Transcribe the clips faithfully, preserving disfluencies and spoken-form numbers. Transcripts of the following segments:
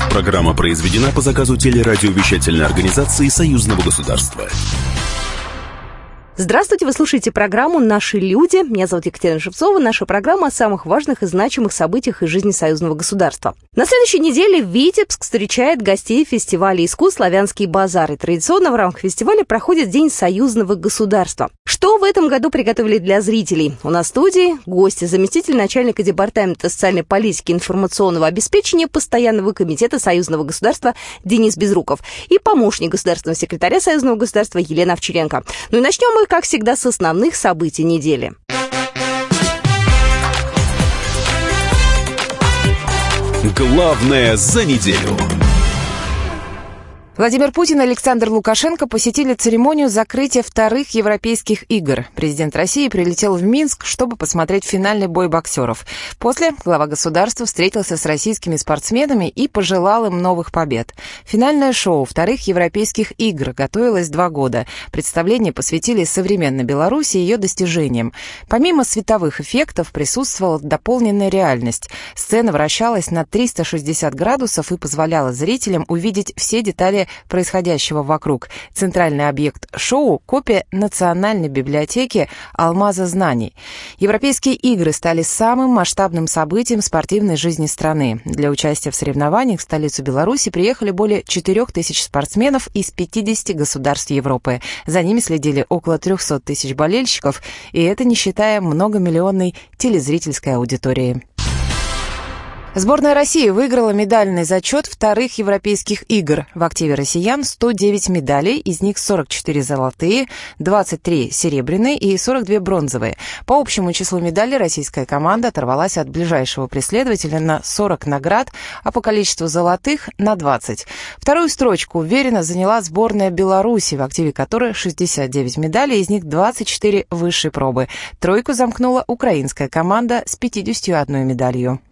Программа произведена по заказу телерадиовещательной организации Союзного государства. Здравствуйте, вы слушаете программу «Наши люди». Меня зовут Екатерина Шевцова. Наша программа о самых важных и значимых событиях из жизни союзного государства. На следующей неделе Витебск встречает гостей фестиваля искусств «Славянский базар». И традиционно в рамках фестиваля проходит День союзного государства. Что в этом году приготовили для зрителей? У нас в студии гости, заместитель начальника департамента социальной политики и информационного обеспечения Постоянного комитета союзного государства Денис Безруков и помощник государственного секретаря союзного государства Елена Овчаренко. Ну и начнем мы, как всегда, с основных событий недели. Главное за неделю. Владимир Путин и Александр Лукашенко посетили церемонию закрытия вторых европейских игр. Президент России прилетел в Минск, чтобы посмотреть финальный бой боксеров. После глава государства встретился с российскими спортсменами и пожелал им новых побед. Финальное шоу вторых европейских игр готовилось два года. Представление посвятили современной Беларуси и ее достижениям. Помимо световых эффектов присутствовала дополненная реальность. Сцена вращалась на триста шестьдесят градусов и позволяла зрителям увидеть все детали происходящего вокруг. Центральный объект шоу – копия Национальной библиотеки «Алмаза знаний». Европейские игры стали самым масштабным событием спортивной жизни страны. Для участия в соревнованиях в столицу Беларуси приехали более четырех тысяч спортсменов из пятидесяти государств Европы. За ними следили около трехсот тысяч болельщиков, и это не считая многомиллионной телезрительской аудитории. Сборная России выиграла медальный зачет вторых европейских игр. В активе россиян сто девять медалей, из них сорок четыре золотые, двадцать три серебряные и сорок две бронзовые. По общему числу медалей российская команда оторвалась от ближайшего преследователя на сорок наград, а по количеству золотых – на двадцать. Вторую строчку уверенно заняла сборная Беларуси, в активе которой шестьдесят девять медалей, из них двадцать четыре высшей пробы. Тройку замкнула украинская команда с пятьюдесятью одной медалью.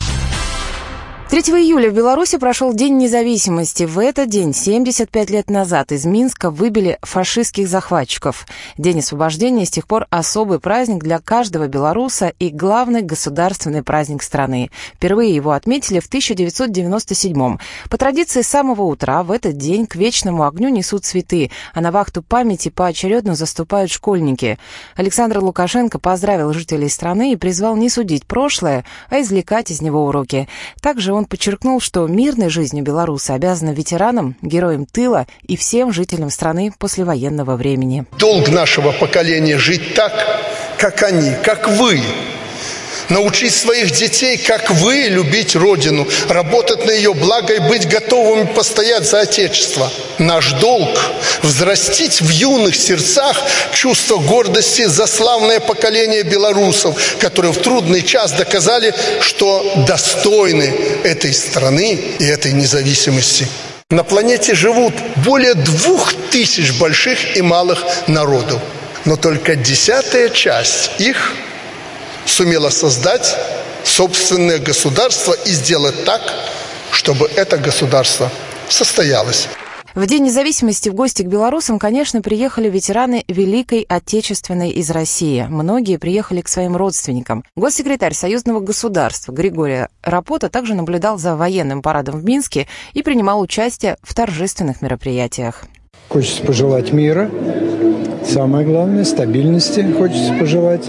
третьего июля в Беларуси прошел День независимости. В этот день, семьдесят пять лет назад, из Минска выбили фашистских захватчиков. День освобождения с тех пор особый праздник для каждого белоруса и главный государственный праздник страны. Впервые его отметили в тысяча девятьсот девяносто седьмом. По традиции, с самого утра в этот день к вечному огню несут цветы, а на вахту памяти поочередно заступают школьники. Александр Лукашенко поздравил жителей страны и призвал не судить прошлое, а извлекать из него уроки. Также он подчеркнул, что мирной жизнью белорусы обязаны ветеранам, героям тыла и всем жителям страны послевоенного времени. Долг нашего поколения жить так, как они, как вы. Научить своих детей, как вы, любить Родину, работать на ее благо и быть готовыми постоять за Отечество. Наш долг – взрастить в юных сердцах чувство гордости за славное поколение белорусов, которые в трудный час доказали, что достойны этой страны и этой независимости. На планете живут более двух тысяч больших и малых народов, но только десятая часть их – сумела создать собственное государство и сделать так, чтобы это государство состоялось. В День независимости в гости к белорусам, конечно, приехали ветераны Великой Отечественной из России. Многие приехали к своим родственникам. Госсекретарь Союзного государства Григорий Рапота также наблюдал за военным парадом в Минске и принимал участие в торжественных мероприятиях. Хочется пожелать мира, самое главное, стабильности хочется пожелать.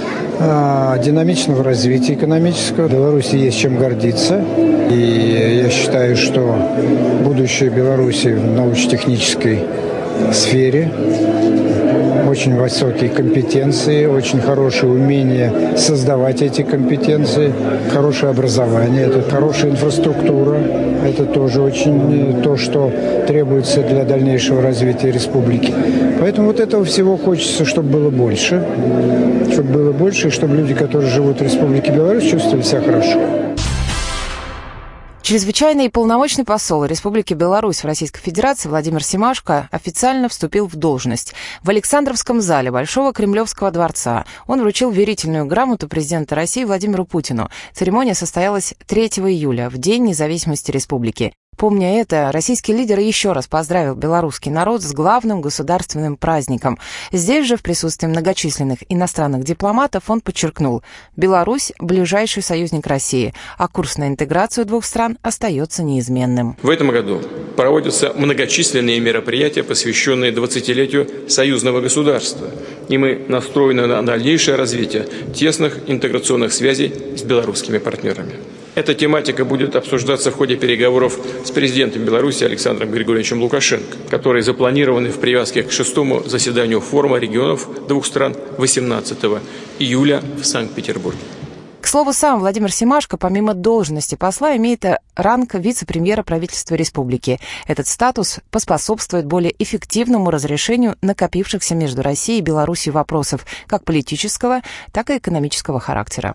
Динамичного развития экономического. В Беларуси есть чем гордиться. И я считаю, что будущее Беларуси в научно-технической сфере, очень высокие компетенции, очень хорошее умение создавать эти компетенции, хорошее образование, это хорошая инфраструктура, это тоже очень то, что требуется для дальнейшего развития республики. Поэтому вот этого всего хочется, чтобы было больше, чтобы было больше, и чтобы люди, которые живут в Республике Беларусь, чувствовали себя хорошо. Чрезвычайный и полномочный посол Республики Беларусь в Российской Федерации Владимир Семашко официально вступил в должность. В Александровском зале Большого Кремлевского дворца он вручил верительную грамоту президента России Владимиру Путину. Церемония состоялась третьего июля, в День независимости республики. Помня это, российский лидер еще раз поздравил белорусский народ с главным государственным праздником. Здесь же, в присутствии многочисленных иностранных дипломатов, он подчеркнул: Беларусь – ближайший союзник России, а курс на интеграцию двух стран остается неизменным. В этом году проводятся многочисленные мероприятия, посвященные двадцатилетию союзного государства, и мы настроены на дальнейшее развитие тесных интеграционных связей с белорусскими партнерами. Эта тематика будет обсуждаться в ходе переговоров с президентом Беларуси Александром Григорьевичем Лукашенко, которые запланированы в привязке к шестому заседанию форума регионов двух стран восемнадцатого июля в Санкт-Петербурге. К слову, сам Владимир Семашко, помимо должности посла, имеет ранг вице-премьера правительства республики. Этот статус поспособствует более эффективному разрешению накопившихся между Россией и Беларусью вопросов как политического, так и экономического характера.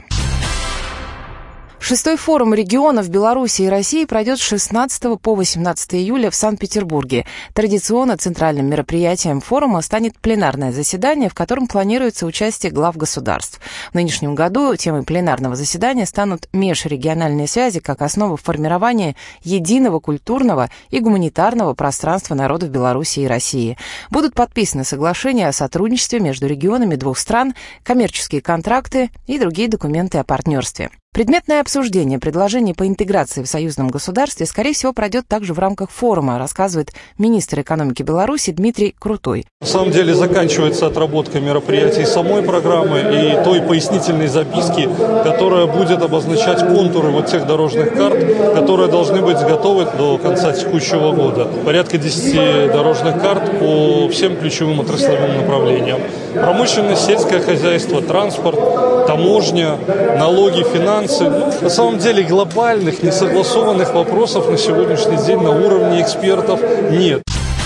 Шестой форум регионов Беларуси и России пройдет с шестнадцатого по восемнадцатое июля в Санкт-Петербурге. Традиционно центральным мероприятием форума станет пленарное заседание, в котором планируется участие глав государств. В нынешнем году темой пленарного заседания станут межрегиональные связи как основа формирования единого культурного и гуманитарного пространства народов Беларуси и России. Будут подписаны соглашения о сотрудничестве между регионами двух стран, коммерческие контракты и другие документы о партнерстве. Предметное обсуждение предложений по интеграции в союзном государстве, скорее всего, пройдет также в рамках форума, рассказывает министр экономики Беларуси Дмитрий Крутой. На самом деле заканчивается отработка мероприятий самой программы и той пояснительной записки, которая будет обозначать контуры вот тех дорожных карт, которые должны быть готовы до конца текущего года. Порядка десяти дорожных карт по всем ключевым отраслевым направлениям. Промышленность, сельское хозяйство, транспорт, таможня, налоги, финансы. На самом деле глобальных, несогласованных вопросов на сегодняшний день на уровне экспертов нет.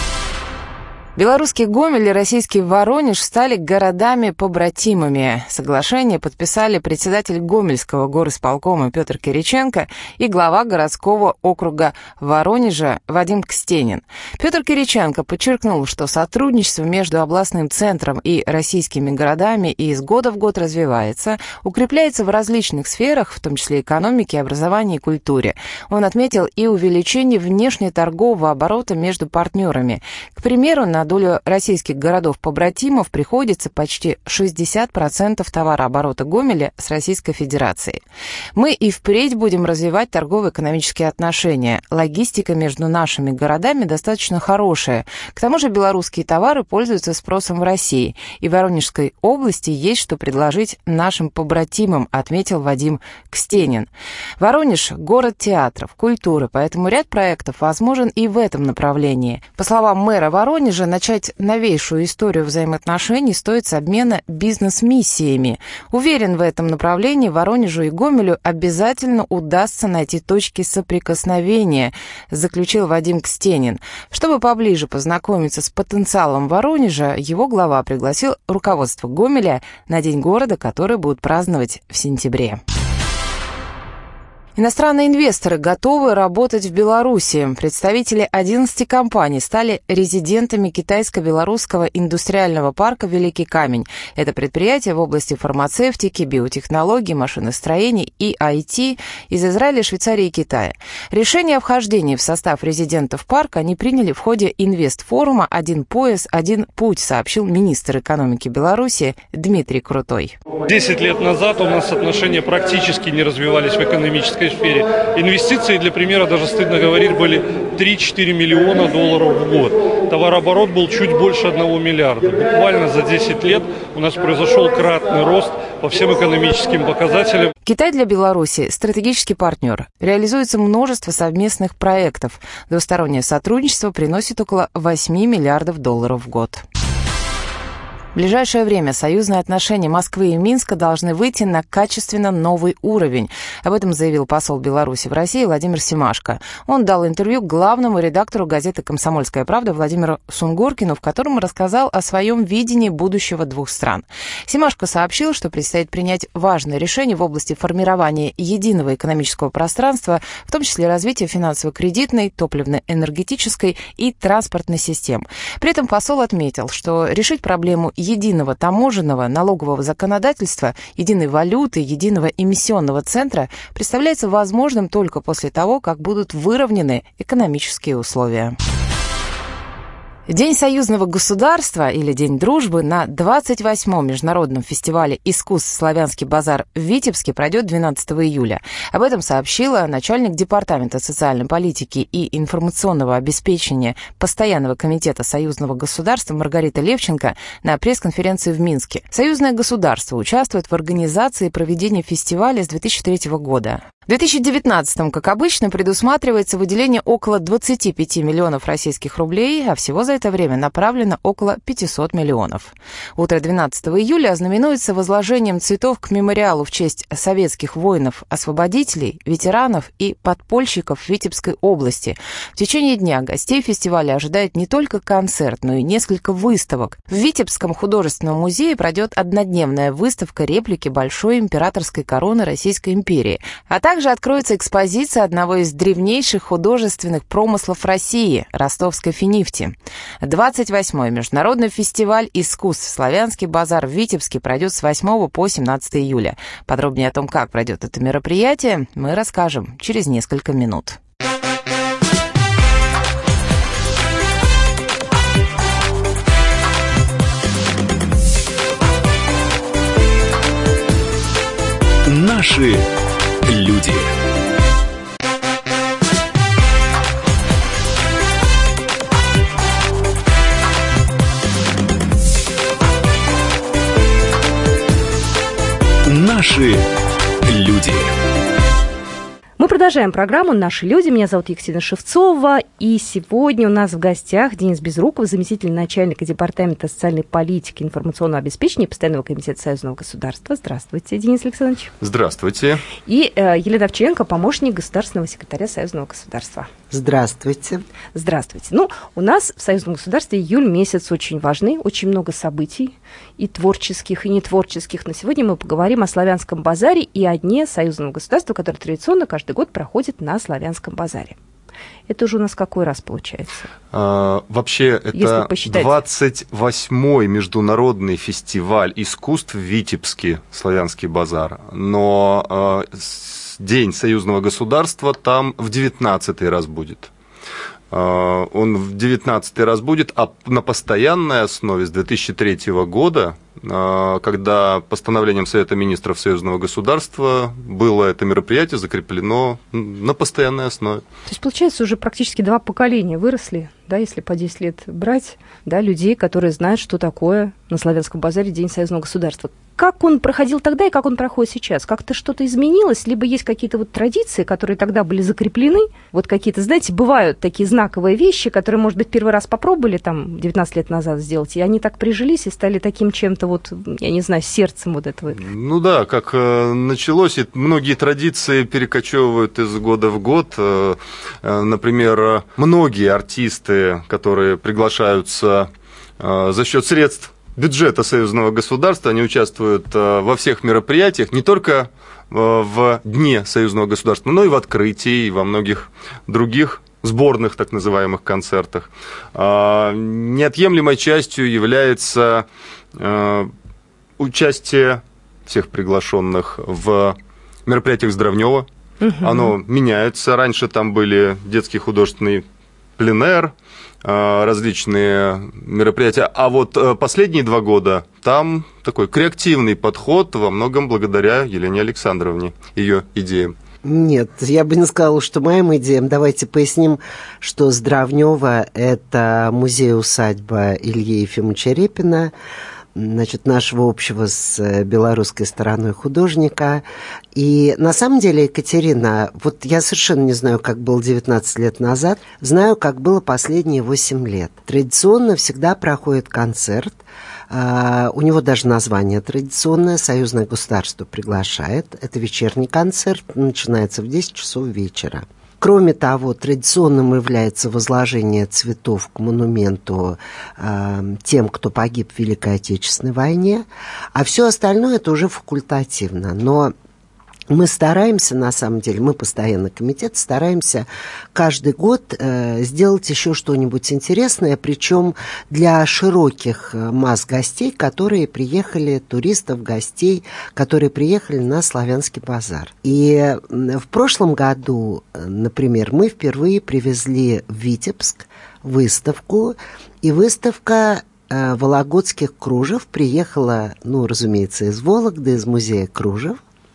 Белорусский Гомель и российский Воронеж стали городами-побратимами. Соглашение подписали председатель Гомельского горисполкома Петр Кириченко и глава городского округа Воронежа Вадим Кстенин. Петр Кириченко подчеркнул, что сотрудничество между областным центром и российскими городами из года в год развивается, укрепляется в различных сферах, в том числе экономике, образовании и культуре. Он отметил и увеличение внешнеторгового оборота между партнерами. К примеру, на долю российских городов-побратимов приходится почти шестьдесят процентов товарооборота Гомеля с Российской Федерацией. Мы и впредь будем развивать торгово-экономические отношения. Логистика между нашими городами достаточно хорошая. К тому же белорусские товары пользуются спросом в России. И в Воронежской области есть что предложить нашим побратимам, отметил Вадим Кстенин. Воронеж – город театров, культуры, поэтому ряд проектов возможен и в этом направлении. По словам мэра Воронежа, начать новейшую историю взаимоотношений стоит с обмена бизнес-миссиями. Уверен, в этом направлении Воронежу и Гомелю обязательно удастся найти точки соприкосновения, заключил Вадим Кстенин. Чтобы поближе познакомиться с потенциалом Воронежа, его глава пригласил руководство Гомеля на День города, который будут праздновать в сентябре. Иностранные инвесторы готовы работать в Беларуси. Представители одиннадцати компаний стали резидентами китайско-белорусского индустриального парка «Великий камень». Это предприятие в области фармацевтики, биотехнологий, машиностроений и ай ти из Израиля, Швейцарии и Китая. Решение о вхождении в состав резидентов парка они приняли в ходе инвестфорума «Один пояс, один путь», сообщил министр экономики Беларуси Дмитрий Крутой. Десять лет назад у нас отношения практически не развивались в экономической сфере. Инвестиции, для примера, даже стыдно говорить, были три-четыре миллиона долларов в год. Товарооборот был чуть больше одного миллиарда. Буквально за десять лет у нас произошел кратный рост по всем экономическим показателям. Китай для Беларуси – стратегический партнер. Реализуется множество совместных проектов. Двустороннее сотрудничество приносит около восьми миллиардов долларов в год. В ближайшее время союзные отношения Москвы и Минска должны выйти на качественно новый уровень. Об этом заявил посол Беларуси в России Владимир Семашко. Он дал интервью главному редактору газеты «Комсомольская правда» Владимиру Сунгоркину, в котором рассказал о своем видении будущего двух стран. Семашко сообщил, что предстоит принять важное решение в области формирования единого экономического пространства, в том числе развития финансово-кредитной, топливно-энергетической и транспортной систем. При этом посол отметил, что решить проблему единого таможенного налогового законодательства, единой валюты, единого эмиссионного центра представляется возможным только после того, как будут выровнены экономические условия. День союзного государства или День дружбы на двадцать восьмом международном фестивале искусств «Славянский базар» в Витебске пройдет двенадцатого июля. Об этом сообщила начальник Департамента социальной политики и информационного обеспечения Постоянного комитета союзного государства Маргарита Левченко на пресс-конференции в Минске. Союзное государство участвует в организации и проведении фестиваля с две тысячи третьего года. В две тысячи девятнадцатом, как обычно, предусматривается выделение около двадцати пяти миллионов российских рублей, а всего за это время направлено около пятисот миллионов. Утро двенадцатого июля ознаменуется возложением цветов к мемориалу в честь советских воинов-освободителей, ветеранов и подпольщиков Витебской области. В течение дня гостей фестиваля ожидает не только концерт, но и несколько выставок. В Витебском художественном музее пройдет однодневная выставка реплики Большой императорской короны Российской империи, а также Также откроется экспозиция одного из древнейших художественных промыслов России – ростовской финифти. двадцать восьмой международный фестиваль искусств «Славянский базар» в Витебске пройдет с восьмого по семнадцатое июля. Подробнее о том, как пройдет это мероприятие, мы расскажем через несколько минут. Наши люди. Наши люди. Мы продолжаем программу «Наши люди». Меня зовут Екатерина Шевцова. И сегодня у нас в гостях Денис Безруков, заместитель начальника Департамента социальной политики и информационного обеспечения Постоянного комитета союзного государства. Здравствуйте, Денис Александрович. Здравствуйте. И э, Елена Овчаренко, помощник государственного секретаря союзного государства. Здравствуйте. Здравствуйте. Ну, у нас в союзном государстве июль месяц очень важный, очень много событий, и творческих, и нетворческих. Но сегодня мы поговорим о Славянском базаре и о дне союзного государства, который традиционно каждый год проходит на Славянском базаре. Это уже у нас какой раз получается? А, вообще, это двадцать восьмой международный фестиваль искусств в Витебске, Славянский базар. Но а, День союзного государства там в девятнадцатый раз будет. Он в девятнадцатый раз будет, а на постоянной основе с две тысячи третьего года, когда постановлением Совета министров союзного государства было это мероприятие закреплено на постоянной основе. То есть, получается, уже практически два поколения выросли, да, если по десять лет брать, да, людей, которые знают, что такое на Славянском базаре День союзного государства. Как он проходил тогда и как он проходит сейчас? Как-то что-то изменилось? Либо есть какие-то вот традиции, которые тогда были закреплены? Вот какие-то, знаете, бывают такие знаковые вещи, которые, может быть, первый раз попробовали там девятнадцать лет назад сделать, и они так прижились и стали таким чем-то вот, я не знаю, сердцем вот этого. Ну да, как началось, и многие традиции перекочевывают из года в год. Например, многие артисты, которые приглашаются за счет средств бюджета союзного государства, они участвуют во всех мероприятиях, не только в Дне союзного государства, но и в открытии, и во многих других сборных так называемых концертах. Неотъемлемой частью является участие всех приглашенных в мероприятиях Здравнева. Угу. Оно меняется. Раньше там были детский художественный пленэр, различные мероприятия. А вот последние два года там такой креативный подход, во многом благодаря Елене Александровне, ее идеям. Нет, я бы не сказала, что моим идеям. Давайте поясним, что Здравнева – это музей-усадьба Ильи Ефимовича Репина, значит, нашего общего с белорусской стороной художника. И на самом деле, Екатерина, вот я совершенно не знаю, как было девятнадцать лет назад, знаю, как было последние восемь лет. Традиционно всегда проходит концерт. Uh, у него даже название традиционное, союзное государство приглашает. Это вечерний концерт, начинается в десять часов вечера. Кроме того, традиционным является возложение цветов к монументу э, тем, кто погиб в Великой Отечественной войне, а все остальное это уже факультативно. Но Мы стараемся, на самом деле, мы постоянно комитет, стараемся каждый год э, сделать еще что-нибудь интересное, причем для широких масс гостей, которые приехали, туристов, гостей, которые приехали на Славянский базар. И в прошлом году, например, мы впервые привезли в Витебск выставку, и выставка э, вологодских кружев приехала, ну, разумеется, из Вологды, из музея кружев.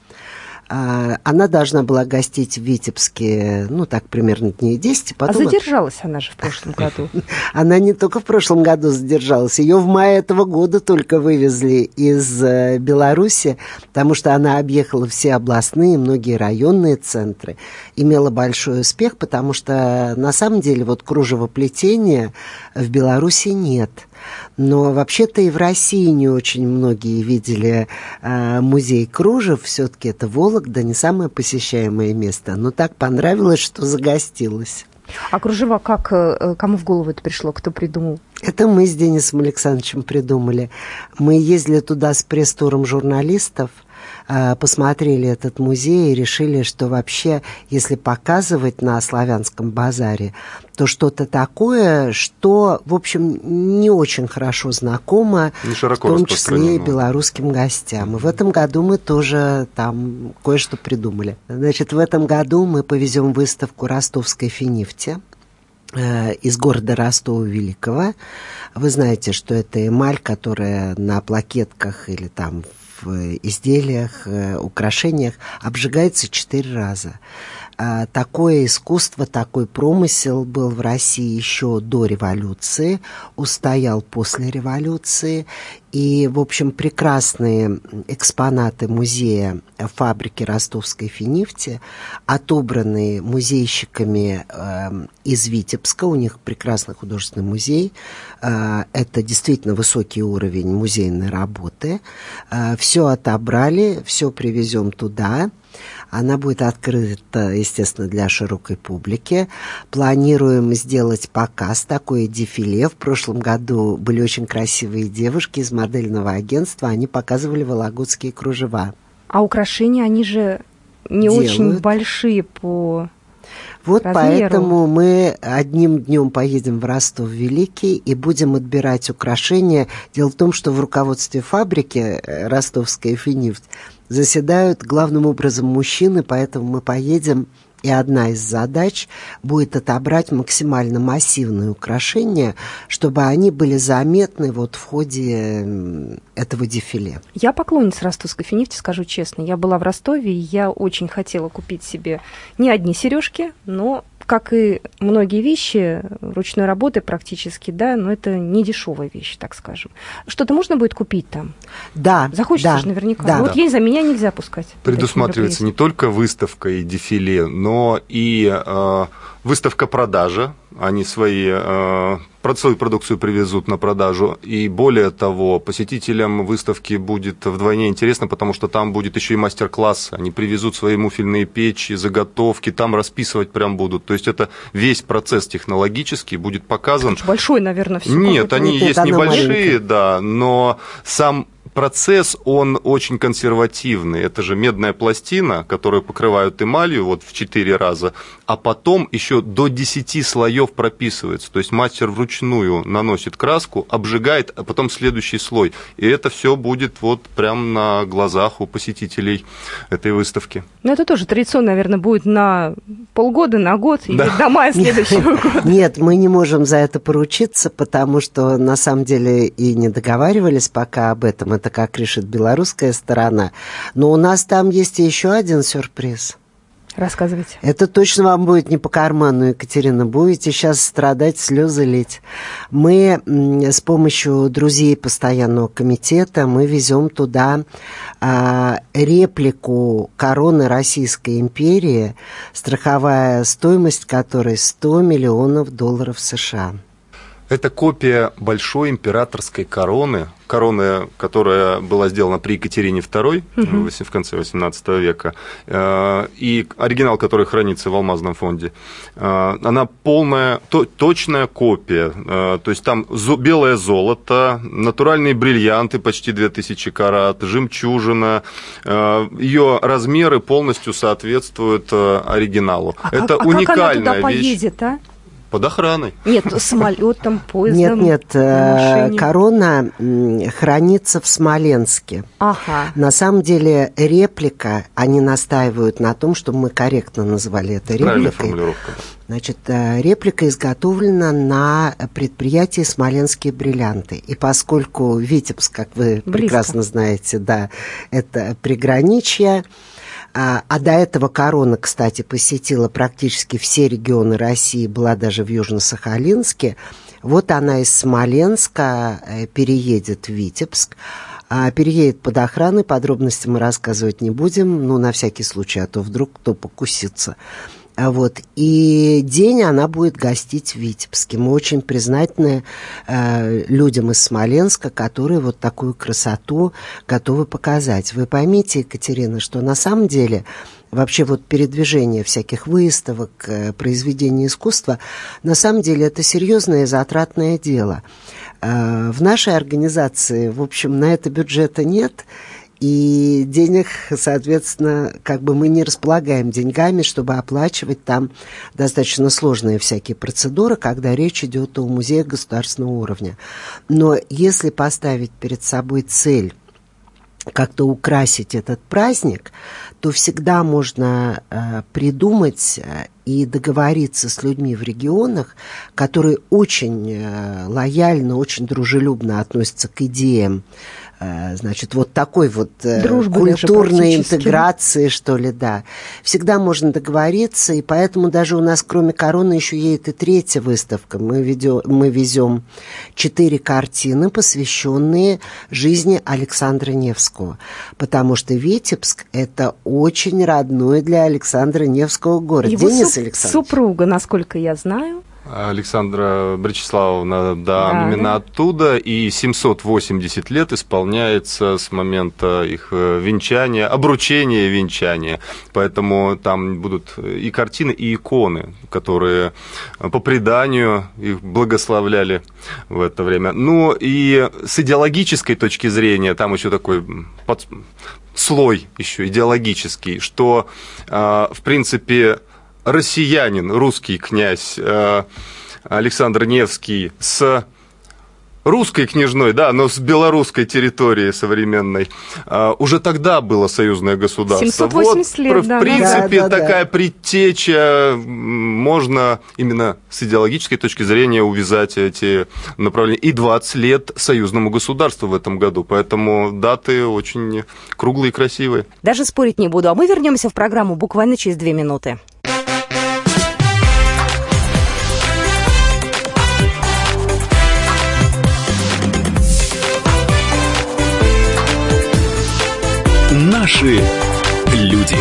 Она должна была гостить в Витебске, ну, так, примерно дней десять. Потом... А задержалась она же в прошлом году. Она не только в прошлом году задержалась. Ее в мае этого года только вывезли из Беларуси, потому что она объехала все областные, многие районные центры. Имела большой успех, потому что, на самом деле, вот кружевоплетения в Беларуси нет. Но вообще-то и в России не очень многие видели э, музей кружев. Все-таки это Вологда, не самое посещаемое место. Но так понравилось, что загостилась. А кружева как, кому в голову это пришло? Кто придумал? Это мы с Денисом Александровичем придумали. Мы ездили туда с пресс-туром журналистов, посмотрели этот музей и решили, что вообще, если показывать на Славянском базаре, то что-то такое, что, в общем, не очень хорошо знакомо, не широко в том числе и белорусским гостям. И в этом году мы тоже там кое-что придумали. Значит, в этом году мы повезем выставку ростовской финифти из города Ростова-Великого. Вы знаете, что это эмаль, которая на плакетках или там в изделиях, украшениях обжигается четыре раза. Такое искусство, такой промысел был в России еще до революции, устоял после революции. И, в общем, прекрасные экспонаты музея фабрики ростовской финифти, отобранные музейщиками э, из Витебска, у них прекрасный художественный музей, э, это действительно высокий уровень музейной работы. Э, все отобрали, все привезем туда. Она будет открыта, естественно, для широкой публики. Планируем сделать показ, такое дефиле. В прошлом году были очень красивые девушки из модельного агентства. Они показывали вологодские кружева. А украшения, они же не Делают. Очень большие по Вот размеру. Поэтому мы одним днем поедем в Ростов-Великий и будем отбирать украшения. Дело в том, что в руководстве фабрики «Ростовская финифть» заседают главным образом мужчины, поэтому мы поедем, и одна из задач будет отобрать максимально массивные украшения, чтобы они были заметны вот в ходе этого дефиле. Я поклонница ростовской финифти, скажу честно. Я была в Ростове, и я очень хотела купить себе не одни сережки, но, как и многие вещи ручной работы практически, да, но это не дешевая вещь, так скажем. Что-то можно будет купить там? Да. Захочется да, же наверняка. Да. Вот ей за меня нельзя пускать. Предусматривается не только выставка и дефиле, но и э, выставка-продажа. Они свои, э, свою продукцию привезут на продажу. И более того, посетителям выставки будет вдвойне интересно, потому что там будет еще и мастер-класс. Они привезут свои муфельные печи, заготовки, там расписывать прям будут. То есть это весь процесс технологический будет показан. Очень большой, наверное, все. Нет, они Нет, есть небольшие, маленькая. да, но сам процесс, он очень консервативный. Это же медная пластина, которую покрывают эмалью вот в четыре раза, а потом еще до десяти слоев прописывается. То есть мастер вручную наносит краску, обжигает, а потом следующий слой. И это все будет вот прямо на глазах у посетителей этой выставки. Ну, это тоже традиционно, наверное, будет на полгода, на год, да. Или до мая следующего года. Нет, мы не можем за это поручиться, потому что на самом деле и не договаривались пока об этом. Это как решит белорусская сторона. Но у нас там есть еще один сюрприз. Рассказывайте. Это точно вам будет не по карману, Екатерина. Будете сейчас страдать, слезы лить. Мы с помощью друзей постоянного комитета мы везем туда а, реплику короны Российской империи, страховая стоимость которой сто миллионов долларов США. Это копия большой императорской короны, короны, которая была сделана при Екатерине второй угу. в конце восемнадцатого века, и оригинал, который хранится в Алмазном фонде. Она полная, точная копия, то есть там белое золото, натуральные бриллианты, почти две тысячи карат, жемчужина, ее размеры полностью соответствуют оригиналу. А Это как, уникальная а как она туда вещь. Поедет, а? Под охраной. Нет, самолетом, поездом. Нет, нет, корона хранится в Смоленске. Ага. На самом деле реплика, они настаивают на том, чтобы мы корректно называли это репликой. Правильная формулировка. Значит, реплика изготовлена на предприятии «Смоленские бриллианты». И поскольку Витебск, как вы Близко. прекрасно знаете, да, это приграничье. А, а до этого корона, кстати, посетила практически все регионы России, была даже в Южно-Сахалинске. Вот она из Смоленска переедет в Витебск. А переедет под охраной, подробности мы рассказывать не будем, ну, на всякий случай, а то вдруг кто покусится. Вот. И день она будет гостить в Витебске. Мы очень признательны э, людям из Смоленска, которые вот такую красоту готовы показать. Вы поймите, Екатерина, что на самом деле вообще вот передвижение всяких выставок, э, произведений искусства, на самом деле это серьезное и затратное дело. Э, в нашей организации, в общем, на это бюджета нет. И денег, соответственно, как бы мы не располагаем деньгами, чтобы оплачивать там достаточно сложные всякие процедуры, когда речь идет о музеях государственного уровня. Но если поставить перед собой цель как-то украсить этот праздник, то всегда можно э, придумать и договориться с людьми в регионах, которые очень э, лояльно, очень дружелюбно относятся к идеям, э, значит, вот такой вот э, культурной интеграции, что ли, да. Всегда можно договориться, и поэтому даже у нас, кроме короны, еще едет и третья выставка. Мы, ведем, мы везем четыре картины, посвященные жизни Александра Невского, потому что Витебск – это очень родной для Александра Невского город. Его Денис суп- Александрович. Супруга, насколько я знаю. Александра Бречеславовна, да, да именно да. оттуда, и семьсот восемьдесят лет исполняется с момента их венчания, обручения и венчания. Поэтому там будут и картины, и иконы, которые по преданию их благословляли в это время. Ну и с идеологической точки зрения, там еще такой под... слой еще идеологический, что, в принципе, россиянин, русский князь Александр Невский с русской княжной, да, но с белорусской территории современной, уже тогда было союзное государство. семьсот восемьдесят вот, лет, в да, принципе, да, да, такая да. предтеча, можно именно с идеологической точки зрения увязать эти направления. И двадцать лет союзному государству в этом году, поэтому даты очень круглые и красивые. Даже спорить не буду, а мы вернемся в программу буквально через две минуты. Наши люди.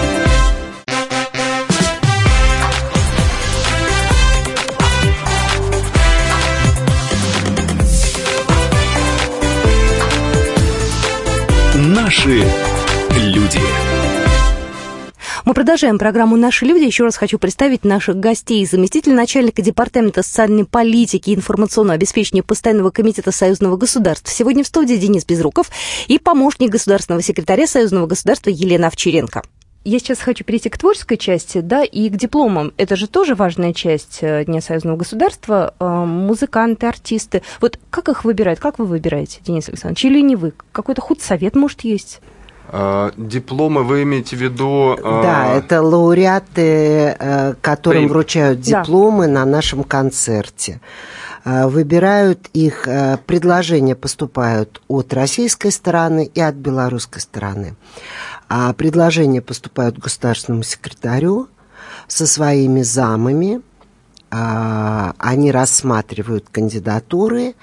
Наши люди. Мы продолжаем программу «Наши люди». Еще раз хочу представить наших гостей. Заместитель начальника Департамента социальной политики и информационного обеспечения Постоянного комитета Союзного государства. Сегодня в студии Денис Безруков и помощник государственного секретаря Союзного государства Елена Овчаренко. Я сейчас хочу перейти к творческой части, да, и к дипломам. Это же тоже важная часть Дня Союзного государства. Музыканты, артисты. Вот как их выбирают? Как вы выбираете, Денис Александрович? Или не вы? Какой-то худсовет, может, есть? Дипломы вы имеете в виду? Да, это лауреаты, которым При... вручают дипломы да. на нашем концерте. Выбирают их, предложения поступают от российской стороны и от белорусской стороны. А предложения поступают к государственному секретарю со своими замами. Они рассматривают кандидатуры,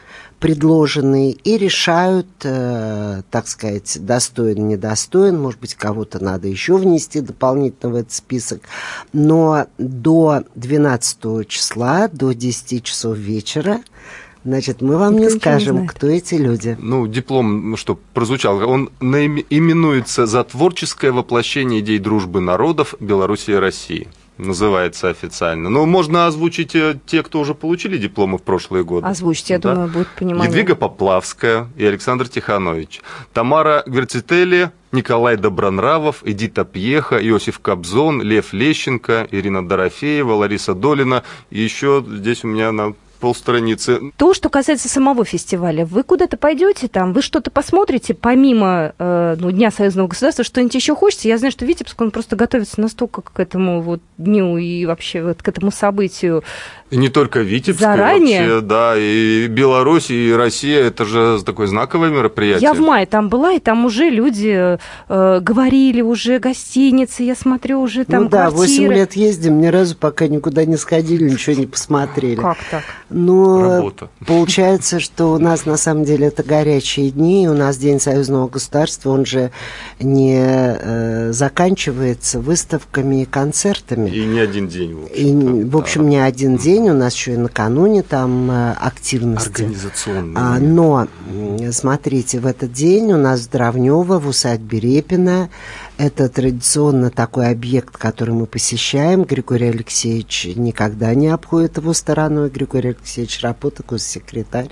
предложенные и решают, э, так сказать, достоин, недостоин, может быть, кого-то надо еще внести дополнительно в этот список, но до двенадцатого числа, до десяти часов вечера, значит, мы вам Никто не скажем, не кто эти люди. Ну, диплом, ну, что прозвучал, он именуется «За творческое воплощение идей дружбы народов Беларуси и России». Называется официально. Но можно озвучить те, кто уже получили дипломы в прошлые годы. Озвучьте, я да? думаю, будет понимание. Едвига Поплавская и Александр Тиханович. Тамара Гверцители, Николай Добронравов, Эдита Пьеха, Иосиф Кобзон, Лев Лещенко, Ирина Дорофеева, Лариса Долина. И еще здесь у меня на полстраницы. То, что касается самого фестиваля, вы куда-то пойдете там, вы что-то посмотрите, помимо э, ну, Дня союзного государства, что-нибудь еще хочется? Я знаю, что Витебск, он просто готовится настолько к этому вот дню и вообще вот к этому событию. И не только Витебск, заранее. Вообще, да, и Беларусь, и Россия, это же такое знаковое мероприятие. Я в мае там была, и там уже люди э, говорили, уже гостиницы, я смотрю, уже там ну, да, квартиры. восемь лет ездим, ни разу пока никуда не сходили, ничего не посмотрели. Как так? Но Работа. Получается, что у нас на самом деле это горячие дни, у нас День союзного государства, он же не э, заканчивается выставками и концертами. И не один день, в общем-то. И, в общем, да. не один день, у нас еще и накануне там активности. Организационные. А, но, смотрите, в этот день у нас в Дравнево, в усадьбе Репина, это традиционно такой объект, который мы посещаем. Григорий Алексеевич никогда не обходит его стороной. Григорий Алексеевич Рапота, госсекретарь.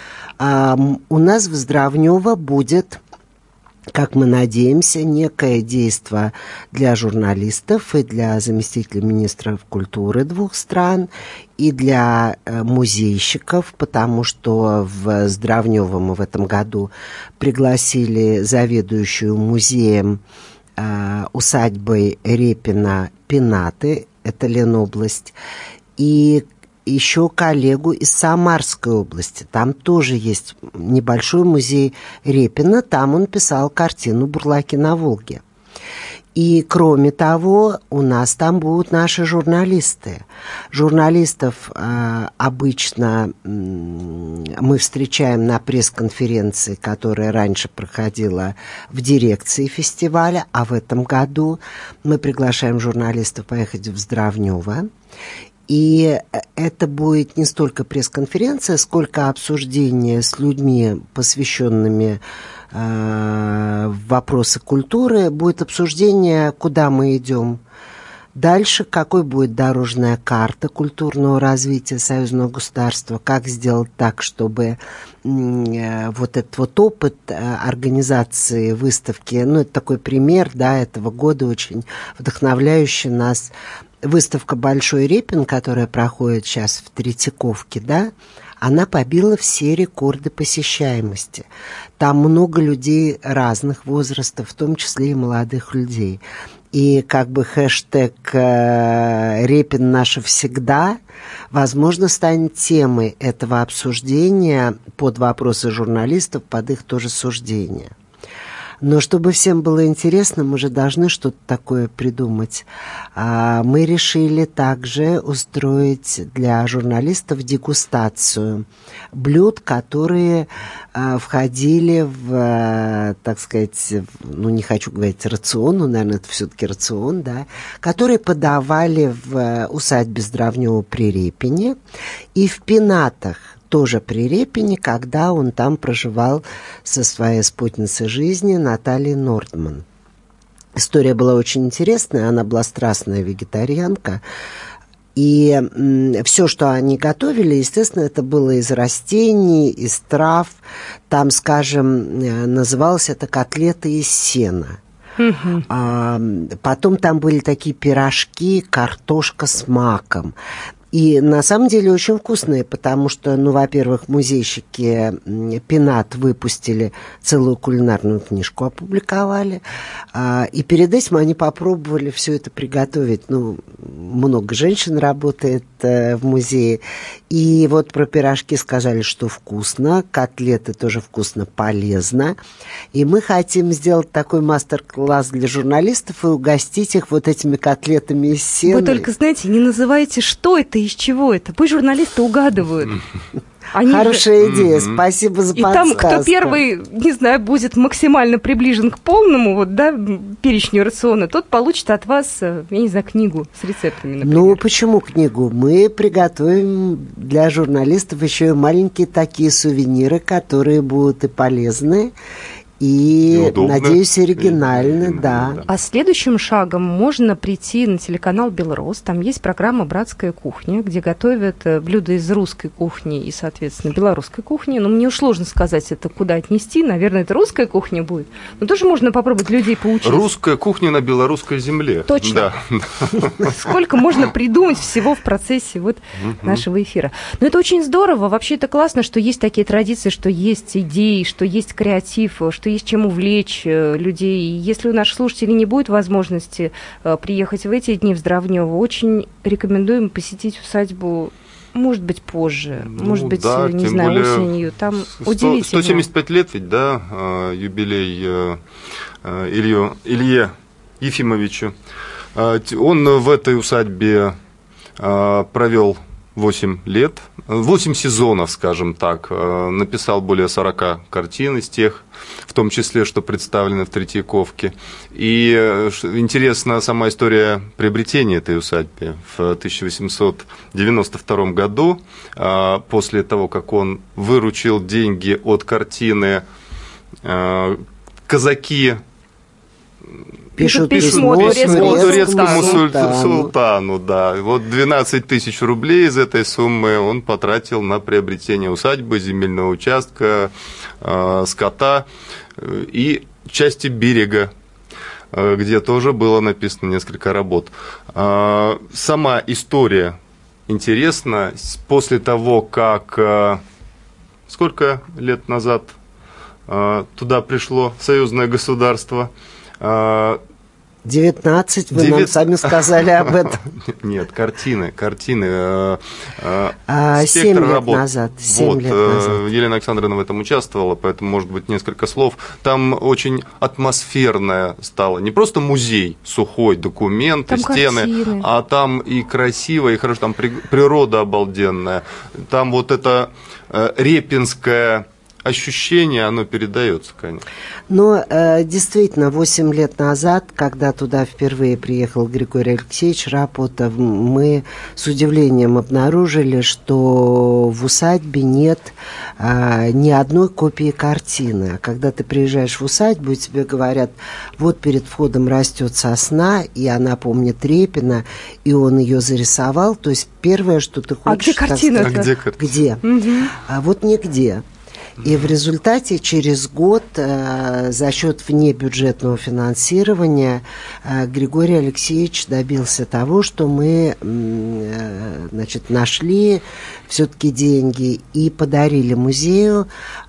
А, у нас в Здравнево будет, как мы надеемся, некое действо для журналистов и для заместителей министров культуры двух стран, и для э, музейщиков, потому что в Здравнево мы в этом году пригласили заведующую музеем э, усадьбой Репина Пенаты, это Ленобласть, и еще коллегу из Самарской области. Там тоже есть небольшой музей Репина. Там он писал картину «Бурлаки на Волге». И, кроме того, у нас там будут наши журналисты. Журналистов э, обычно э, мы встречаем на пресс-конференции, которая раньше проходила в дирекции фестиваля, а в этом году мы приглашаем журналистов поехать в Здравнево. И это будет не столько пресс-конференция, сколько обсуждение с людьми, посвященными э, вопросы культуры. Будет обсуждение, куда мы идем дальше, какой будет дорожная карта культурного развития союзного государства, как сделать так, чтобы э, вот этот вот опыт э, организации выставки, ну, это такой пример, да, этого года, очень вдохновляющий нас. Выставка «Большой Репин», которая проходит сейчас в Третьяковке, да, она побила все рекорды посещаемости. Там много людей разных возрастов, в том числе и молодых людей. И как бы хэштег «Репин наше всегда», возможно, станет темой этого обсуждения под вопросы журналистов, под их тоже суждения. Но чтобы всем было интересно, мы же должны что-то такое придумать. Мы решили также устроить для журналистов дегустацию блюд, которые входили в, так сказать, ну, не хочу говорить рацион, но, наверное, это все-таки рацион, да, которые подавали в усадьбе Здравнева при Репине и в Пенатах, тоже при Репине, когда он там проживал со своей спутницей жизни Натальей Нордман. История была очень интересная, она была страстная вегетарианка, и м, все, что они готовили, естественно, это было из растений, из трав. Там, скажем, называлось это котлеты из сена. Uh-huh. А, потом там были такие пирожки, картошка с маком. И на самом деле очень вкусные, потому что, ну, во-первых, музейщики Пенат выпустили целую кулинарную книжку, опубликовали. И перед этим они попробовали все это приготовить. Ну, много женщин работает в музее. И вот про пирожки сказали, что вкусно, котлеты тоже вкусно, полезно. И мы хотим сделать такой мастер-класс для журналистов и угостить их вот этими котлетами из сена. Вы только, знаете, не называйте, что это, из чего это. Пусть журналисты угадывают. Они Хорошая же... идея, mm-hmm. спасибо за и подсказку. И там, кто первый, не знаю, будет максимально приближен к полному вот, да, перечню рациона, тот получит от вас, я не знаю, книгу с рецептами, например. Ну, почему книгу? Мы приготовим для журналистов еще и маленькие такие сувениры, которые будут и полезны, и, и надеюсь, оригинальны, и, да. да. А следующим шагом можно прийти на телеканал «Белрос». Там есть программа «Братская кухня», где готовят блюда из русской кухни и, соответственно, белорусской кухни. Но мне уж сложно сказать, это куда отнести. Наверное, это русская кухня будет. Но тоже можно попробовать людей поучить. Русская кухня на белорусской земле. Точно. Да. Сколько можно придумать всего в процессе вот нашего эфира. Но это очень здорово. Вообще это классно, что есть такие традиции, что есть идеи, что есть креатив, что есть чем увлечь людей. И если у наших слушателей не будет возможности приехать в эти дни в Здравнёво, очень рекомендуем посетить усадьбу, может быть, позже, ну, может быть, да, не знаю, более осенью. Там удивительно. сто семьдесят пять лет ведь, да, юбилей Илью, Илье Ефимовичу. Он в этой усадьбе провел восемь лет, восемь сезонов, скажем так, написал более сорока картин из тех, в том числе, что представлены в Третьяковке. И интересна сама история приобретения этой усадьбы. В тысяча восемьсот девяносто втором году, после того, как он выручил деньги от картины «Казаки», Пишут письмо, письмо, письмо турецкому султану. султану, да. Вот двенадцать тысяч рублей из этой суммы он потратил на приобретение усадьбы, земельного участка, э, скота и части берега, э, где тоже было написано несколько работ. Э, сама история интересна. После того, как э, сколько лет назад э, туда пришло союзное государство, девятнадцать, вы девять... нам сами сказали об этом. Нет, картины, картины. А, семь лет работ. назад. Вот, лет назад. Елена Александровна в этом участвовала, поэтому, может быть, несколько слов. Там очень атмосферное стало. Не просто музей, сухой, документы, там стены, картины. А там и красиво, и хорошо, там природа обалденная. Там вот это репинское ощущение, оно передается, конечно. Но э, действительно, восемь лет назад, когда туда впервые приехал Григорий Алексеевич Рапотов, мы с удивлением обнаружили, что в усадьбе нет э, ни одной копии картины. А когда ты приезжаешь в усадьбу, и тебе говорят, вот перед входом растет сосна, и она помнит Репина, и он ее зарисовал, то есть первое, что ты хочешь... А где картина-то? А где? Где? Угу. А вот нигде. И в результате через год э, за счет внебюджетного финансирования э, Григорий Алексеевич добился того, что мы э, значит, нашли все-таки деньги и подарили музею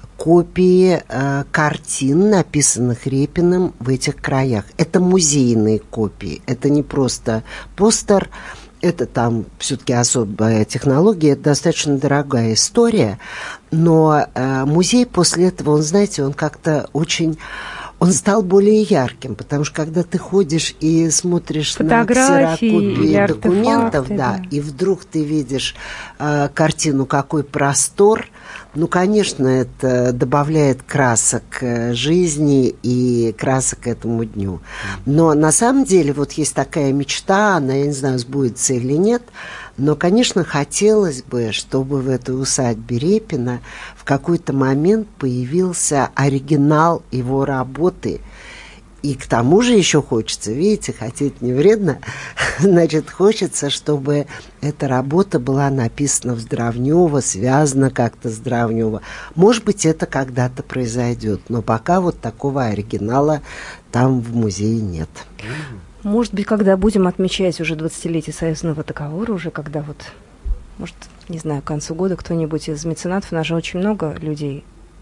копии э, картин, написанных Репиным в этих краях. Это музейные копии, это не просто постер. Это там все-таки особая технология, это достаточно дорогая история, но э, музей после этого, он, знаете, он как-то очень... Он стал более ярким, потому что когда ты ходишь и смотришь фотографии, на ксерокопии документов, да, да, и вдруг ты видишь э, картину «Какой простор», ну, конечно, это добавляет красок жизни и красок этому дню. Но на самом деле вот есть такая мечта, она, я не знаю, сбудется или нет, но, конечно, хотелось бы, чтобы в этой усадьбе Репина в какой-то момент появился оригинал его работы. И к тому же еще хочется, видите, хотеть не вредно, значит, хочется, чтобы эта работа была написана в Здравнёво, связана как-то с Здравнёво. Может быть, это когда-то произойдет, но пока вот такого оригинала там в музее нет. Может быть, когда будем отмечать уже двадцатилетие союзного договора, уже когда вот, может, не знаю, к концу года кто-нибудь из меценатов, у нас же очень много людей,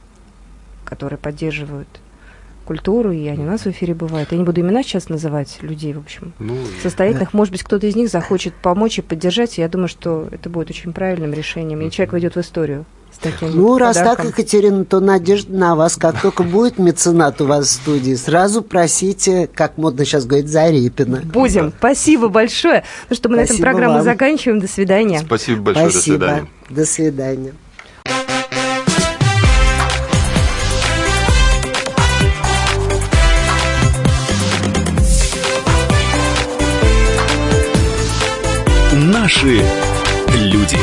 которые поддерживают культуру, и они у нас в эфире бывают. Я не буду имена сейчас называть людей, в общем, ну, состоятельных. Да. Может быть, кто-то из них захочет помочь и поддержать. И я думаю, что это будет очень правильным решением. И человек войдет в историю с таким Ну, раз подарком. так, Екатерина, то надежда на вас. Как только будет меценат у вас в студии, сразу просите, как модно сейчас говорить, за Репина. Будем. Да. Спасибо большое. Ну что, мы Спасибо на этом программу вам. заканчиваем. До свидания. Спасибо большое. Спасибо. До свидания. До свидания. Наши люди.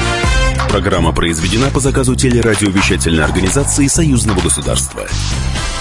Программа произведена по заказу телерадиовещательной организации Союзного государства.